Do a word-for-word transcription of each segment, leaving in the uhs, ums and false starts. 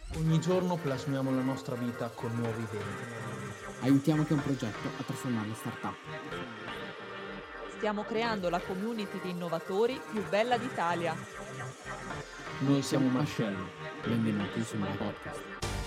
Ogni giorno plasmiamo la nostra vita con nuove idee. Aiutiamo chi ha un progetto a trasformarlo in startup. Stiamo creando la community di innovatori più bella d'Italia. Noi siamo Marcello. Benvenuti su My Podcast.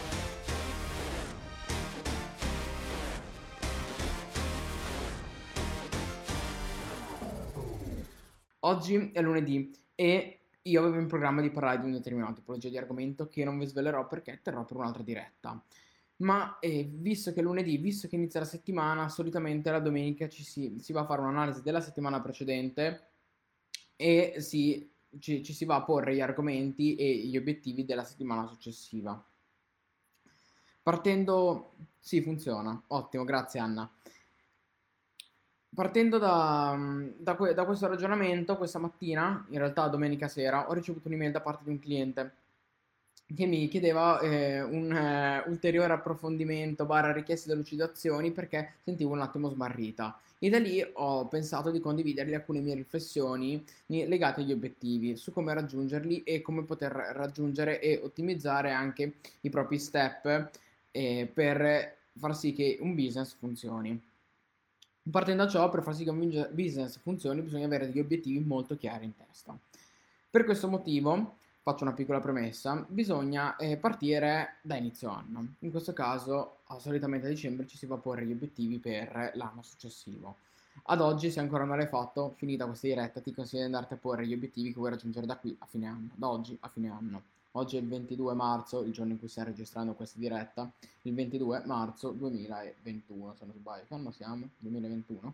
Oggi è lunedì e io avevo in programma di parlare di un determinato tipologia di argomento che non vi svelerò perché terrò per un'altra diretta. Ma eh, visto che è lunedì, visto che inizia la settimana, solitamente la domenica ci si, si va a fare un'analisi della settimana precedente e si, ci, ci si va a porre gli argomenti e gli obiettivi della settimana successiva. Partendo... Sì, funziona. Ottimo, grazie Anna. Partendo da, da, que- da questo ragionamento, questa mattina, in realtà domenica sera, ho ricevuto un'email da parte di un cliente che mi chiedeva eh, un eh, ulteriore approfondimento, barra richieste di elucidazioni perché sentivo un attimo smarrita. E da lì ho pensato di condividergli alcune mie riflessioni mi- legate agli obiettivi, su come raggiungerli e come poter raggiungere e ottimizzare anche i propri step eh, per far sì che un business funzioni. Partendo da ciò, per far sì che un business funzioni, bisogna avere degli obiettivi molto chiari in testa. Per questo motivo, faccio una piccola premessa, bisogna eh, partire da inizio anno. In questo caso, ah, solitamente a dicembre ci si va a porre gli obiettivi per l'anno successivo. Ad oggi, se ancora non l'hai fatto, finita questa diretta, ti consiglio di andarti a porre gli obiettivi che vuoi raggiungere da qui a fine anno, da oggi a fine anno. Oggi è il ventidue marzo, il giorno in cui stiamo registrando questa diretta, il ventidue marzo duemilaventuno, se non sbaglio. Che anno siamo? duemilaventuno?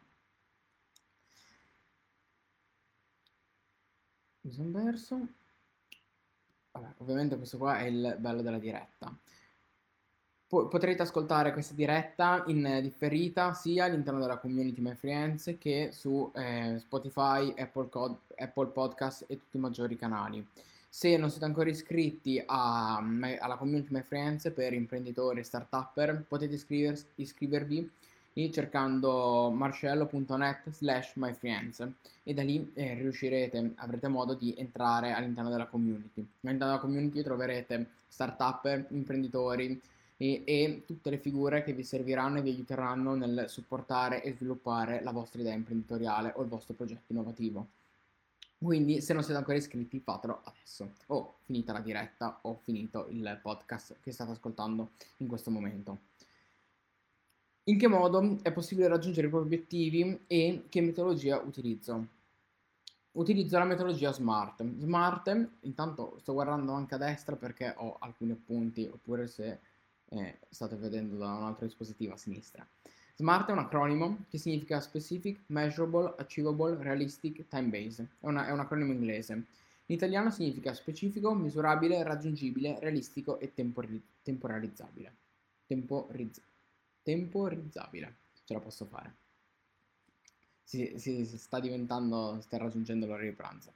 Mi sono perso. Vabbè, ovviamente questo qua è il bello della diretta. Po- potrete ascoltare questa diretta in differita sia all'interno della community My Friends che su eh, Spotify, Apple, Cod- Apple Podcast e tutti i maggiori canali. Se non siete ancora iscritti a- alla community My Friends per imprenditori e start-upper, potete iscriver- iscrivervi cercando marcello.net slash myfriends e da lì eh, riuscirete, avrete modo di entrare all'interno della community. All'interno della community troverete start-upper, imprenditori, e, e tutte le figure che vi serviranno e vi aiuteranno nel supportare e sviluppare la vostra idea imprenditoriale o il vostro progetto innovativo. Quindi se non siete ancora iscritti fatelo adesso, o finita la diretta o finito il podcast che state ascoltando in questo momento. In che modo è possibile raggiungere i propri obiettivi e che metodologia utilizzo? Utilizzo la metodologia SMART. SMART, intanto sto guardando anche a destra perché ho alcuni appunti, oppure se eh, state vedendo da un altro dispositivo a sinistra. SMART è un acronimo che significa Specific, Measurable, Achievable, Realistic, Time-Based. È, una- è un acronimo inglese. In italiano significa specifico, misurabile, raggiungibile, realistico e tempori- temporalizzabile. Temporizz- temporizzabile. Ce la posso fare. Si, si- si sta diventando, sta raggiungendo l'ora di pranzo.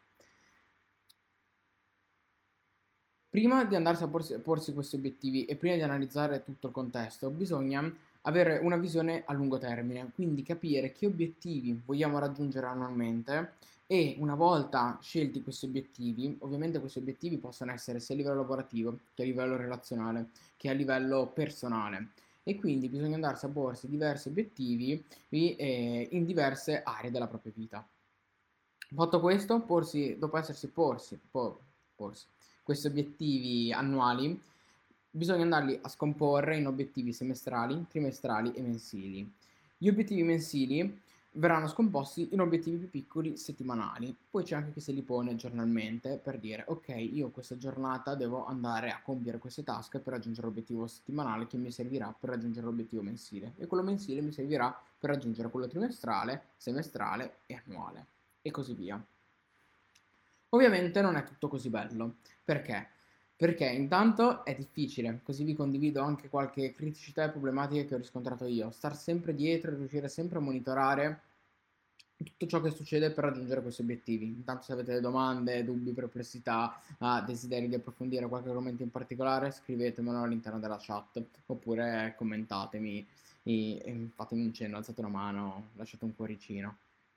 Prima di andarsi a porsi, porsi questi obiettivi e prima di analizzare tutto il contesto, bisogna avere una visione a lungo termine, quindi capire che obiettivi vogliamo raggiungere annualmente e una volta scelti questi obiettivi, ovviamente questi obiettivi possono essere sia a livello lavorativo che a livello relazionale che a livello personale e quindi bisogna andarsi a porsi diversi obiettivi eh, in diverse aree della propria vita. Fatto questo, porsi, dopo essersi porsi, po- porsi questi obiettivi annuali, bisogna andarli a scomporre in obiettivi semestrali, trimestrali e mensili. Gli obiettivi mensili verranno scomposti in obiettivi più piccoli settimanali. Poi c'è anche chi se li pone giornalmente per dire ok, io questa giornata devo andare a compiere queste task per raggiungere l'obiettivo settimanale che mi servirà per raggiungere l'obiettivo mensile e quello mensile mi servirà per raggiungere quello trimestrale, semestrale e annuale e così via. Ovviamente non è tutto così bello. Perché? Perché intanto è difficile, così vi condivido anche qualche criticità e problematiche che ho riscontrato io. Star sempre dietro e riuscire sempre a monitorare tutto ciò che succede per raggiungere questi obiettivi. Intanto se avete domande, dubbi, perplessità, uh, desideri di approfondire qualche argomento in particolare, scrivetemelo all'interno della chat oppure commentatemi e, e fatemi un cenno, alzate una mano, lasciate un cuoricino.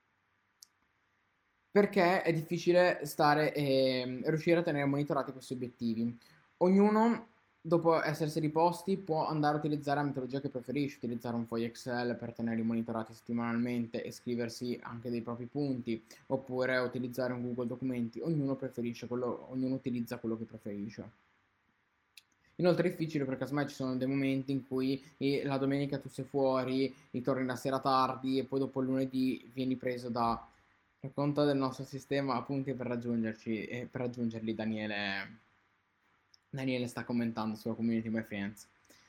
Perché è difficile stare e riuscire a tenere monitorati questi obiettivi. Ognuno dopo essersi riposti, può andare a utilizzare la metodologia che preferisce, utilizzare un foglio Excel per tenerli monitorati settimanalmente e scriversi anche dei propri punti, oppure utilizzare un Google Documenti. Ognuno preferisce quello, ognuno utilizza quello che preferisce. Inoltre è difficile perché casomai ci sono dei momenti in cui eh, la domenica tu sei fuori, ritorni la sera tardi e poi dopo il lunedì vieni preso da racconta del nostro sistema appunti per raggiungerci e per raggiungerli. Daniele Daniele sta commentando sulla community My Friends.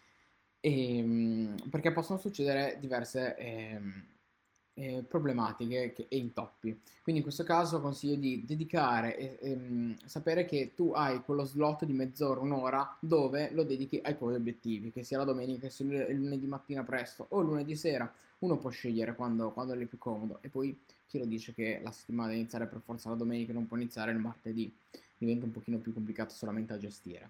E, perché possono succedere diverse eh, eh, problematiche che, e intoppi. Quindi in questo caso consiglio di dedicare e ehm, sapere che tu hai quello slot di mezz'ora, un'ora dove lo dedichi ai tuoi obiettivi, che sia la domenica, che sia il lunedì mattina presto o il lunedì sera. Uno può scegliere quando, quando è più comodo, e poi chi lo dice che la settimana deve iniziare per forza la domenica, non può iniziare il martedì, diventa un pochino più complicato solamente a gestire.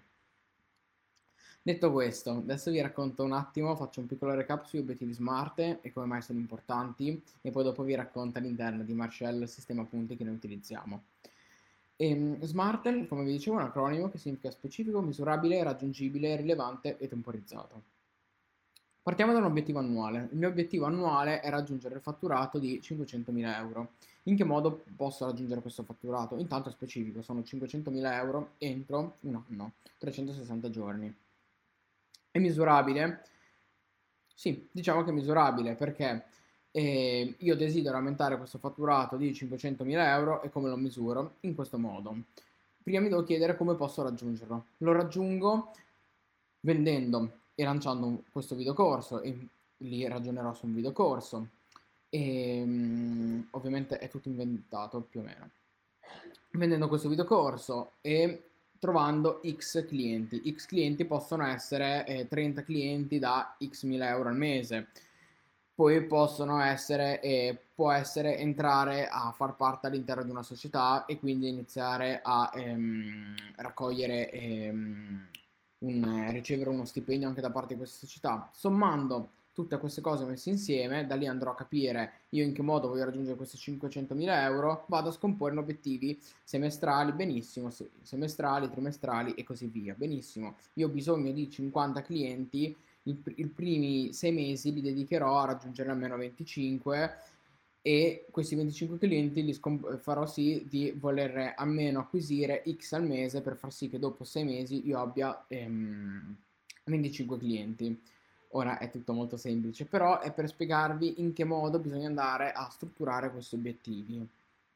Detto questo, adesso vi racconto un attimo, faccio un piccolo recap sugli obiettivi SMART e come mai sono importanti, e poi dopo vi racconto all'interno di Marshall il sistema punti che noi utilizziamo. E, SMART, come vi dicevo, è un acronimo che significa specifico, misurabile, raggiungibile, rilevante e temporizzato. Partiamo da un obiettivo annuale. Il mio obiettivo annuale è raggiungere il fatturato di cinquecentomila euro. In che modo posso raggiungere questo fatturato? Intanto è specifico, sono cinquecentomila euro entro un anno, trecentosessanta giorni. È misurabile? Sì, diciamo che è misurabile perché eh, io desidero aumentare questo fatturato di cinquecentomila euro e come lo misuro? In questo modo. Prima mi devo chiedere come posso raggiungerlo. Lo raggiungo vendendo e lanciando questo videocorso, e lì ragionerò su un videocorso. E um, ovviamente è tutto inventato più o meno. Vendendo questo videocorso e trovando X clienti. X clienti possono essere eh, trenta clienti da X mila euro al mese. Poi possono essere, eh, può essere entrare a far parte all'interno di una società e quindi iniziare a ehm, raccogliere, ehm, un, ricevere uno stipendio anche da parte di questa società. Sommando tutte queste cose messe insieme, da lì andrò a capire io in che modo voglio raggiungere questi cinquecentomila euro, vado a scomporre in obiettivi semestrali, benissimo, semestrali, trimestrali e così via, benissimo. Io ho bisogno di cinquanta clienti, i, i primi sei mesi li dedicherò a raggiungere almeno venticinque, e questi venticinque clienti li scomp- farò sì di voler almeno acquisire X al mese per far sì che dopo sei mesi io abbia ehm, venticinque clienti. Ora è tutto molto semplice, però è per spiegarvi in che modo bisogna andare a strutturare questi obiettivi.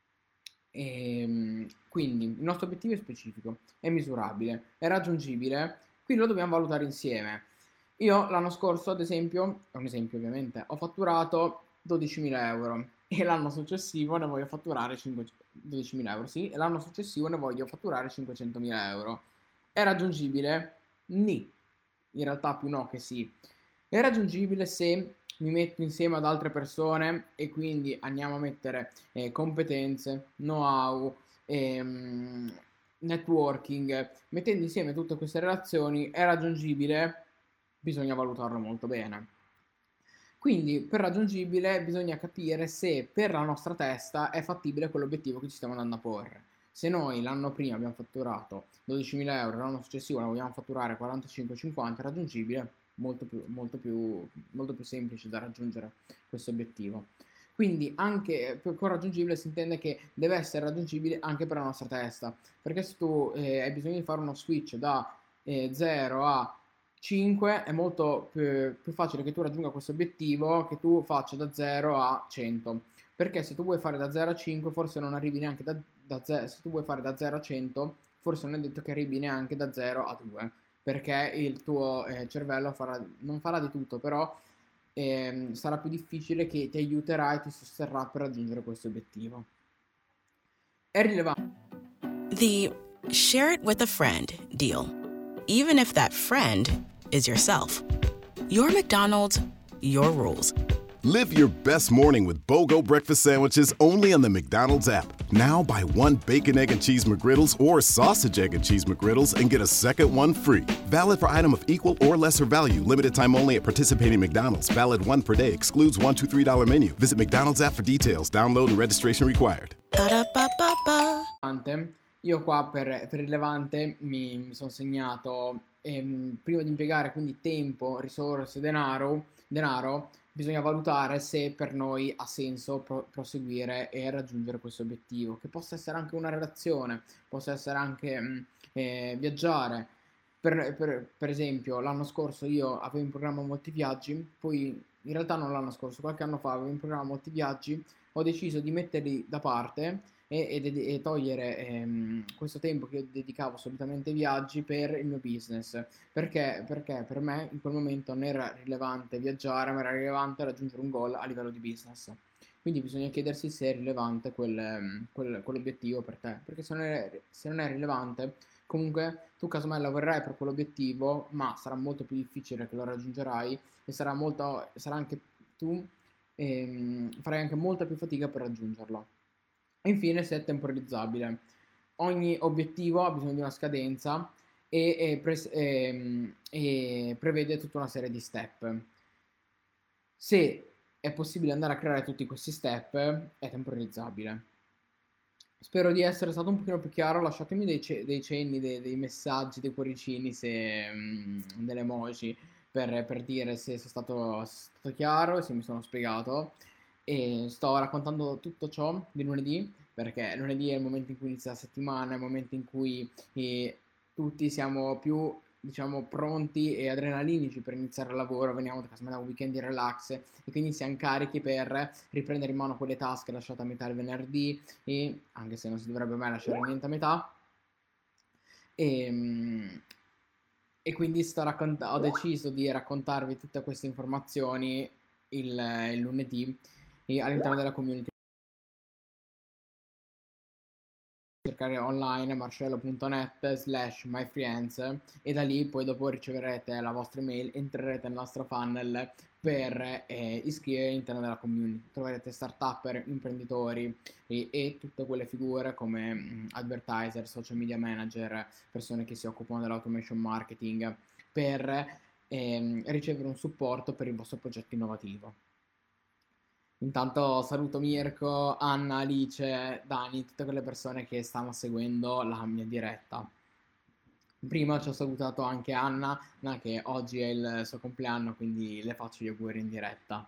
E, quindi il nostro obiettivo è specifico, è misurabile, è raggiungibile, quindi lo dobbiamo valutare insieme. Io l'anno scorso, ad esempio, è un esempio ovviamente, ho fatturato dodicimila euro e l'anno successivo ne voglio fatturare dodicimila euro, sì, e l'anno successivo ne voglio fatturare cinquecentomila euro. È raggiungibile? Ni. In realtà più no che sì. È raggiungibile se mi metto insieme ad altre persone e quindi andiamo a mettere eh, competenze, know-how, ehm, networking, mettendo insieme tutte queste relazioni. È raggiungibile? Bisogna valutarlo molto bene. Quindi per raggiungibile bisogna capire se per la nostra testa è fattibile quell'obiettivo che ci stiamo andando a porre. Se noi l'anno prima abbiamo fatturato dodicimila euro, l'anno successivo la vogliamo fatturare quarantacinque cinquanta, è raggiungibile? Molto più, molto più, molto più semplice da raggiungere questo obiettivo. Quindi anche con raggiungibile si intende che deve essere raggiungibile anche per la nostra testa, perché se tu eh, hai bisogno di fare uno switch da eh, zero a cinque è molto più, più facile che tu raggiunga questo obiettivo che tu faccia da zero a cento, perché se tu vuoi fare da zero a cinque forse non arrivi neanche da, da zero, se tu vuoi fare da zero a cento forse non è detto che arrivi neanche da zero a due, perché il tuo eh, cervello farà, non farà di tutto, però ehm, sarà più difficile, che ti aiuterà e ti sosterrà per raggiungere questo obiettivo. È rilevante. The share it with a friend deal, even if that friend is yourself. Your McDonald's, your rules. Live your best morning with BOGO breakfast sandwiches only on the McDonald's app. Now buy one bacon, egg, and cheese McGriddles or sausage, egg, and cheese McGriddles and get a second one free. Valid for item of equal or lesser value. Limited time only at participating McDonald's. Valid one per day. Excludes one, two, three dollar menu. Visit McDonald's app for details. Download and registration required. Ba-da-ba-ba-ba. Io qua per, per rilevante mi, mi sono segnato ehm, prima di impiegare quindi tempo, risorse, denaro, denaro, bisogna valutare se per noi ha senso pro- proseguire e raggiungere questo obiettivo, che possa essere anche una relazione, possa essere anche mh, eh, viaggiare. Per, per- per esempio, l'anno scorso io avevo in programma molti viaggi, poi in realtà non l'anno scorso, qualche anno fa avevo in programma molti viaggi, ho deciso di metterli da parte e, e ded- e togliere ehm, questo tempo che io dedicavo solitamente ai viaggi per il mio business. Perché? Perché per me in quel momento non era rilevante viaggiare, ma era rilevante raggiungere un goal a livello di business. Quindi bisogna chiedersi se è rilevante quel, ehm, quel- quell'obiettivo per te, perché se non è, se non è rilevante, comunque tu casomai lavorerai per quell'obiettivo, ma sarà molto più difficile che lo raggiungerai e sarà molto, sarà anche tu ehm, farai anche molta più fatica per raggiungerlo. E infine, se è temporizzabile. Ogni obiettivo ha bisogno di una scadenza e, e pres- ehm, e prevede tutta una serie di step. Se è possibile andare a creare tutti questi step, è temporizzabile. Spero di essere stato un pochino più chiaro, lasciatemi dei, ce- dei cenni, dei, dei messaggi, dei cuoricini, se, mm, delle emoji per, per dire se sono stato, stato chiaro e se mi sono spiegato. E sto raccontando tutto ciò di lunedì, perché lunedì è il momento in cui inizia la settimana, è il momento in cui eh, tutti siamo più, diciamo, pronti e adrenalinici per iniziare il lavoro, veniamo casomai da un weekend di relax e quindi siamo carichi per riprendere in mano quelle tasche lasciate a metà il venerdì, e anche se non si dovrebbe mai lasciare niente a metà. E, e quindi sto raccont- ho deciso di raccontarvi tutte queste informazioni il, il lunedì e all'interno della community. Cercare online marcello punto net slash myfriends e da lì poi dopo riceverete la vostra email, entrerete nel nostro funnel per eh, iscrivervi all'interno della community. Troverete startupper, imprenditori e, e tutte quelle figure come mh, advertiser, social media manager, persone che si occupano dell'automation marketing per ehm, ricevere un supporto per il vostro progetto innovativo. Intanto saluto Mirko, Anna, Alice, Dani, tutte quelle persone che stanno seguendo la mia diretta. Prima ci ho salutato anche Anna, che oggi è il suo compleanno, quindi le faccio gli auguri in diretta.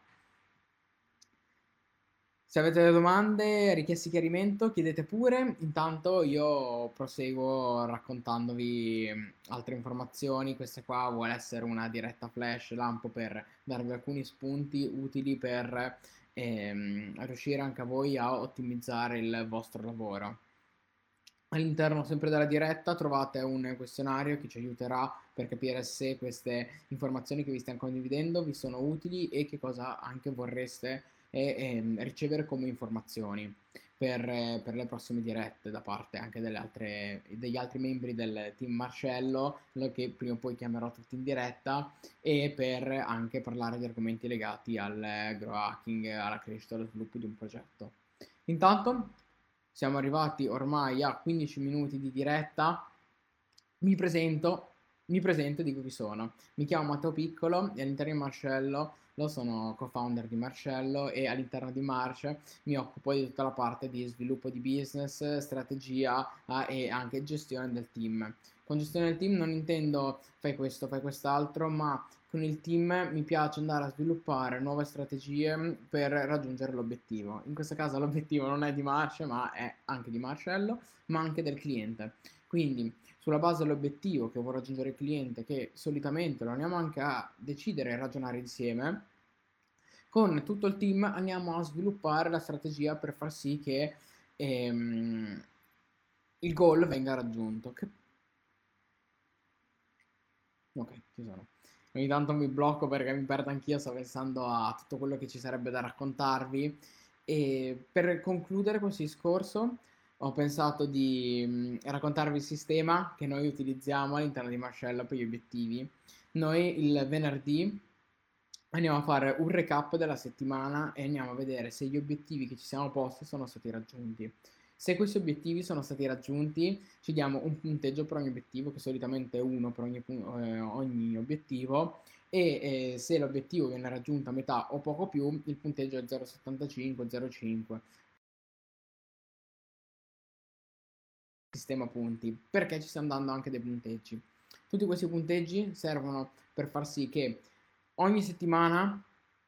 Se avete delle domande, richieste di chiarimento, chiedete pure. Intanto io proseguo raccontandovi altre informazioni. Questa qua vuole essere una diretta flash lampo per darvi alcuni spunti utili per ehm, riuscire anche a voi a ottimizzare il vostro lavoro. All'interno sempre della diretta trovate un questionario che ci aiuterà per capire se queste informazioni che vi stiamo condividendo vi sono utili e che cosa anche vorreste e, ehm, ricevere come informazioni per, eh, per le prossime dirette da parte anche delle altre, degli altri membri del team Marcello, che prima o poi chiamerò tutti in diretta, e per anche parlare di argomenti legati al grow hacking, alla crescita e allo sviluppo di un progetto. Intanto siamo arrivati ormai a quindici minuti di diretta. Mi presento, mi presento e dico chi sono. Mi chiamo Matteo Piccolo e all'interno di Marcello lo sono co-founder di Marcello e all'interno di Marce mi occupo di tutta la parte di sviluppo di business, strategia eh, e anche gestione del team. Con gestione del team non intendo fai questo, fai quest'altro, ma con il team mi piace andare a sviluppare nuove strategie per raggiungere l'obiettivo. In questo caso l'obiettivo non è di Marce, ma è anche di Marcello, ma anche del cliente. Quindi sulla base dell'obiettivo che vuole raggiungere il cliente, che solitamente lo andiamo anche a decidere e ragionare insieme, con tutto il team andiamo a sviluppare la strategia per far sì che ehm, il goal venga raggiunto. Che... Ok, ci sono. Ogni tanto mi blocco perché mi perdo anch'io, sto pensando a tutto quello che ci sarebbe da raccontarvi. E per concludere questo discorso ho pensato di mh, raccontarvi il sistema che noi utilizziamo all'interno di Marcello per gli obiettivi. Noi il venerdì andiamo a fare un recap della settimana e andiamo a vedere se gli obiettivi che ci siamo posti sono stati raggiunti. Se questi obiettivi sono stati raggiunti, ci diamo un punteggio per ogni obiettivo, che solitamente è uno per ogni, eh, ogni obiettivo, e eh, se l'obiettivo viene raggiunto a metà o poco più, il punteggio è zero virgola settantacinque, zero virgola cinque. Sistema punti, perché ci stiamo dando anche dei punteggi. Tutti questi punteggi servono per far sì che ogni settimana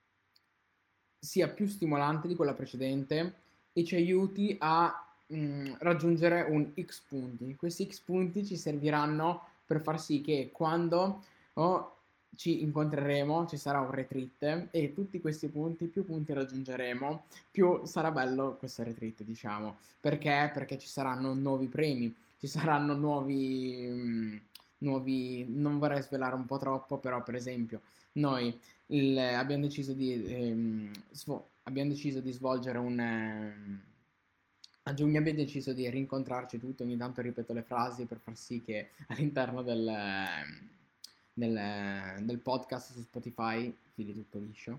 sia più stimolante di quella precedente e ci aiuti a mh, raggiungere un X punti. Questi X punti ci serviranno per far sì che quando oh, ci incontreremo ci sarà un retreat e tutti questi punti, più punti raggiungeremo, più sarà bello questo retreat, diciamo. Perché? Perché ci saranno nuovi premi, ci saranno nuovi, mh, nuovi, non vorrei svelare un po' troppo, però per esempio noi il, abbiamo deciso di ehm, svo- abbiamo deciso di svolgere un ehm, a giugno abbiamo deciso di rincontrarci tutti, ogni tanto ripeto le frasi per far sì che all'interno del, ehm, del, del podcast su Spotify fili tutto liscio.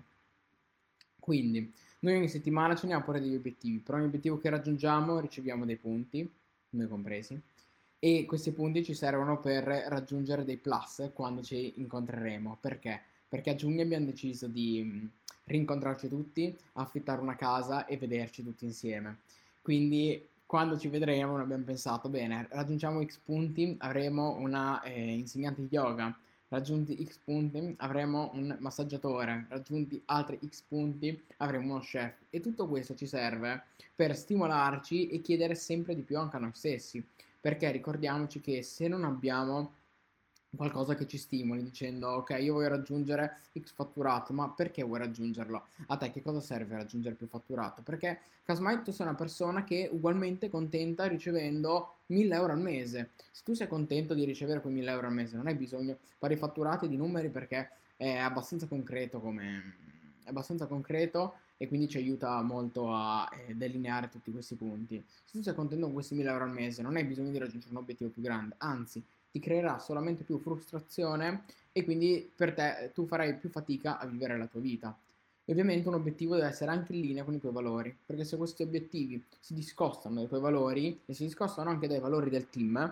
Quindi noi ogni settimana ci andiamo a porre degli obiettivi, per ogni obiettivo che raggiungiamo riceviamo dei punti, noi compresi, e questi punti ci servono per raggiungere dei plus quando ci incontreremo. Perché? Perché a giugno abbiamo deciso di mh, rincontrarci tutti, affittare una casa e vederci tutti insieme. Quindi quando ci vedremo noi abbiamo pensato, bene, raggiungiamo X punti, avremo una eh, insegnante di yoga, raggiunti X punti avremo un massaggiatore, raggiunti altri X punti avremo uno chef, e tutto questo ci serve per stimolarci e chiedere sempre di più anche a noi stessi, perché ricordiamoci che se non abbiamo qualcosa che ci stimoli dicendo ok, io voglio raggiungere X fatturato, ma perché vuoi raggiungerlo? A te che cosa serve raggiungere più fatturato? Perché casomai tu sei una persona che è ugualmente contenta ricevendo mille euro al mese. Se tu sei contento di ricevere quei mille euro al mese, non hai bisogno di fare i fatturati di numeri, perché è abbastanza concreto come è abbastanza concreto e quindi ci aiuta molto a eh, delineare tutti questi punti. Se tu sei contento con questi mille euro al mese, non hai bisogno di raggiungere un obiettivo più grande, anzi ti creerà solamente più frustrazione e quindi per te tu farai più fatica a vivere la tua vita. E ovviamente un obiettivo deve essere anche in linea con i tuoi valori, perché se questi obiettivi si discostano dai tuoi valori e si discostano anche dai valori del team,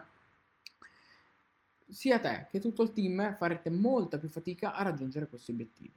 sia te che tutto il team farete molta più fatica a raggiungere questi obiettivi.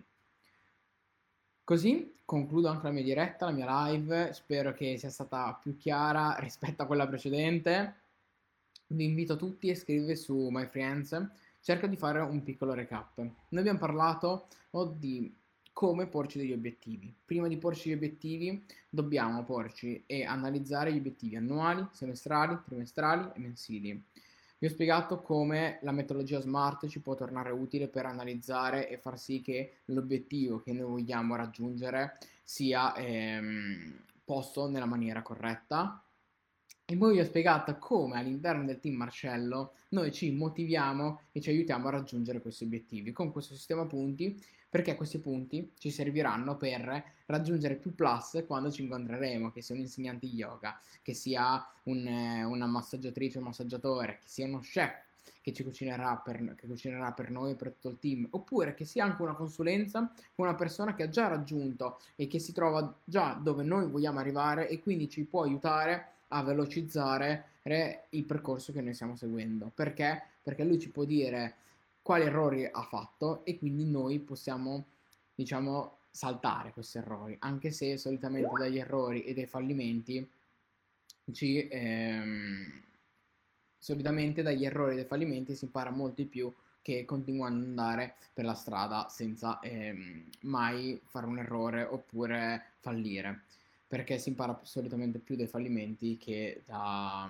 Così concludo anche la mia diretta, la mia live, spero che sia stata più chiara rispetto a quella precedente. Vi invito tutti a iscrivervi su My Friends, cerco di fare un piccolo recap. Noi abbiamo parlato oh, di come porci degli obiettivi. Prima di porci gli obiettivi dobbiamo porci e analizzare gli obiettivi annuali, semestrali, trimestrali e mensili. Vi ho spiegato come la metodologia SMART ci può tornare utile per analizzare e far sì che l'obiettivo che noi vogliamo raggiungere sia ehm, posto nella maniera corretta. E poi vi ho spiegato come all'interno del team Marcello noi ci motiviamo e ci aiutiamo a raggiungere questi obiettivi con questo sistema punti, perché questi punti ci serviranno per raggiungere più plus quando ci incontreremo, che sia un insegnante di yoga, che sia un, eh, una massaggiatrice o massaggiatore, che sia uno chef che ci cucinerà per, che cucinerà per noi e per tutto il team, oppure che sia anche una consulenza con una persona che ha già raggiunto e che si trova già dove noi vogliamo arrivare e quindi ci può aiutare a velocizzare il percorso che noi stiamo seguendo. Perché? Perché lui ci può dire quali errori ha fatto e quindi noi possiamo, diciamo, saltare questi errori, anche se solitamente dagli errori e dai fallimenti ci ehm, solitamente dagli errori e dai fallimenti si impara molto di più che continuando ad andare per la strada senza ehm, mai fare un errore oppure fallire, perché si impara solitamente più dai fallimenti che da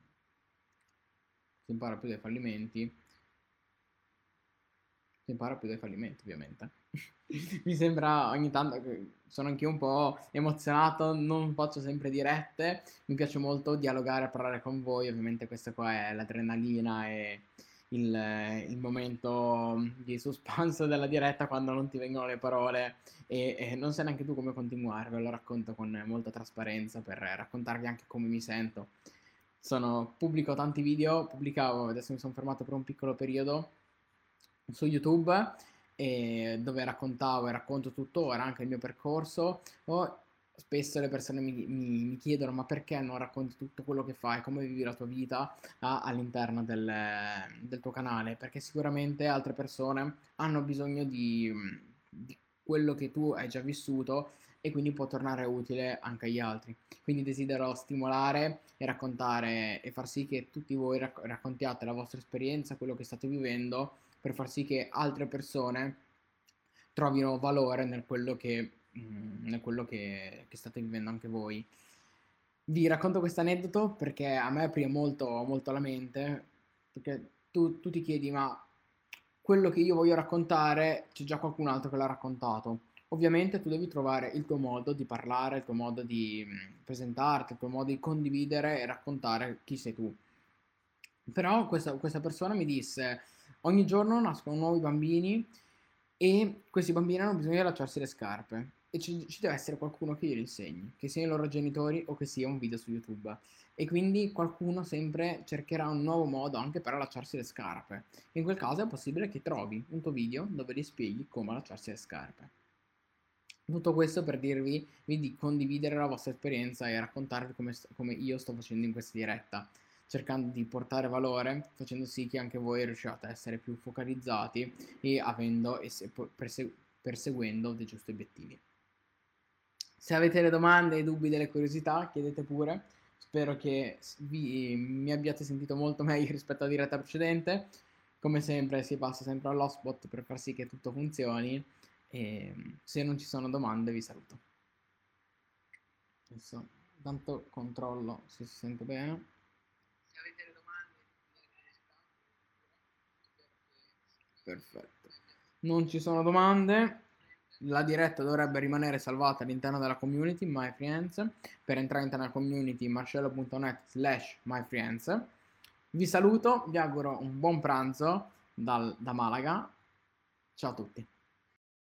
si impara più dai fallimenti si impara più dai fallimenti ovviamente. Mi sembra ogni tanto che sono anche un po' emozionato, non faccio sempre dirette, mi piace molto dialogare, parlare con voi, ovviamente questa qua è l'adrenalina e il, il momento di suspense della diretta quando non ti vengono le parole e, e non sai neanche tu come continuare, ve lo racconto con molta trasparenza per raccontarvi anche come mi sento. Sono, pubblico tanti video, pubblicavo, adesso mi sono fermato per un piccolo periodo su YouTube e dove raccontavo e racconto tuttora anche il mio percorso. O spesso le persone mi, mi, mi chiedono ma perché non racconti tutto quello che fai, come vivi la tua vita ah, all'interno del, del tuo canale, perché sicuramente altre persone hanno bisogno di, di quello che tu hai già vissuto e quindi può tornare utile anche agli altri. Quindi desidero stimolare e raccontare e far sì che tutti voi rac- raccontiate la vostra esperienza, quello che state vivendo, per far sì che altre persone trovino valore nel quello che, mm, nel quello che, che state vivendo anche voi. Vi racconto questo aneddoto perché a me apre molto, molto la mente, perché tu, tu ti chiedi, ma quello che io voglio raccontare c'è già qualcun altro che l'ha raccontato. Ovviamente tu devi trovare il tuo modo di parlare, il tuo modo di mh, presentarti, il tuo modo di condividere e raccontare chi sei tu. Però questa, questa persona mi disse, ogni giorno nascono nuovi bambini e questi bambini hanno bisogno di allacciarsi le scarpe e ci, ci deve essere qualcuno che glielo insegni, che sia i loro genitori o che sia un video su YouTube. E quindi qualcuno sempre cercherà un nuovo modo anche per allacciarsi le scarpe. In quel caso è possibile che trovi un tuo video dove gli spieghi come allacciarsi le scarpe. Tutto questo per dirvi di condividere la vostra esperienza e raccontarvi come, st- come io sto facendo in questa diretta, cercando di portare valore, facendo sì che anche voi riusciate a essere più focalizzati e avendo e se- perse- perseguendo dei giusti obiettivi. Se avete delle domande, dei dubbi, delle curiosità, chiedete pure. Spero che vi, mi abbiate sentito molto meglio rispetto alla diretta precedente. Come sempre si passa sempre all'hotspot per far sì che tutto funzioni. E se non ci sono domande vi saluto. Adesso tanto controllo se si sente bene. Se avete le domande, perfetto. Non ci sono domande. La diretta dovrebbe rimanere salvata all'interno della community MyFriends. Per entrare nella community marcello punto net slash myfriends. Vi saluto, vi auguro un buon pranzo dal, da Malaga. Ciao a tutti.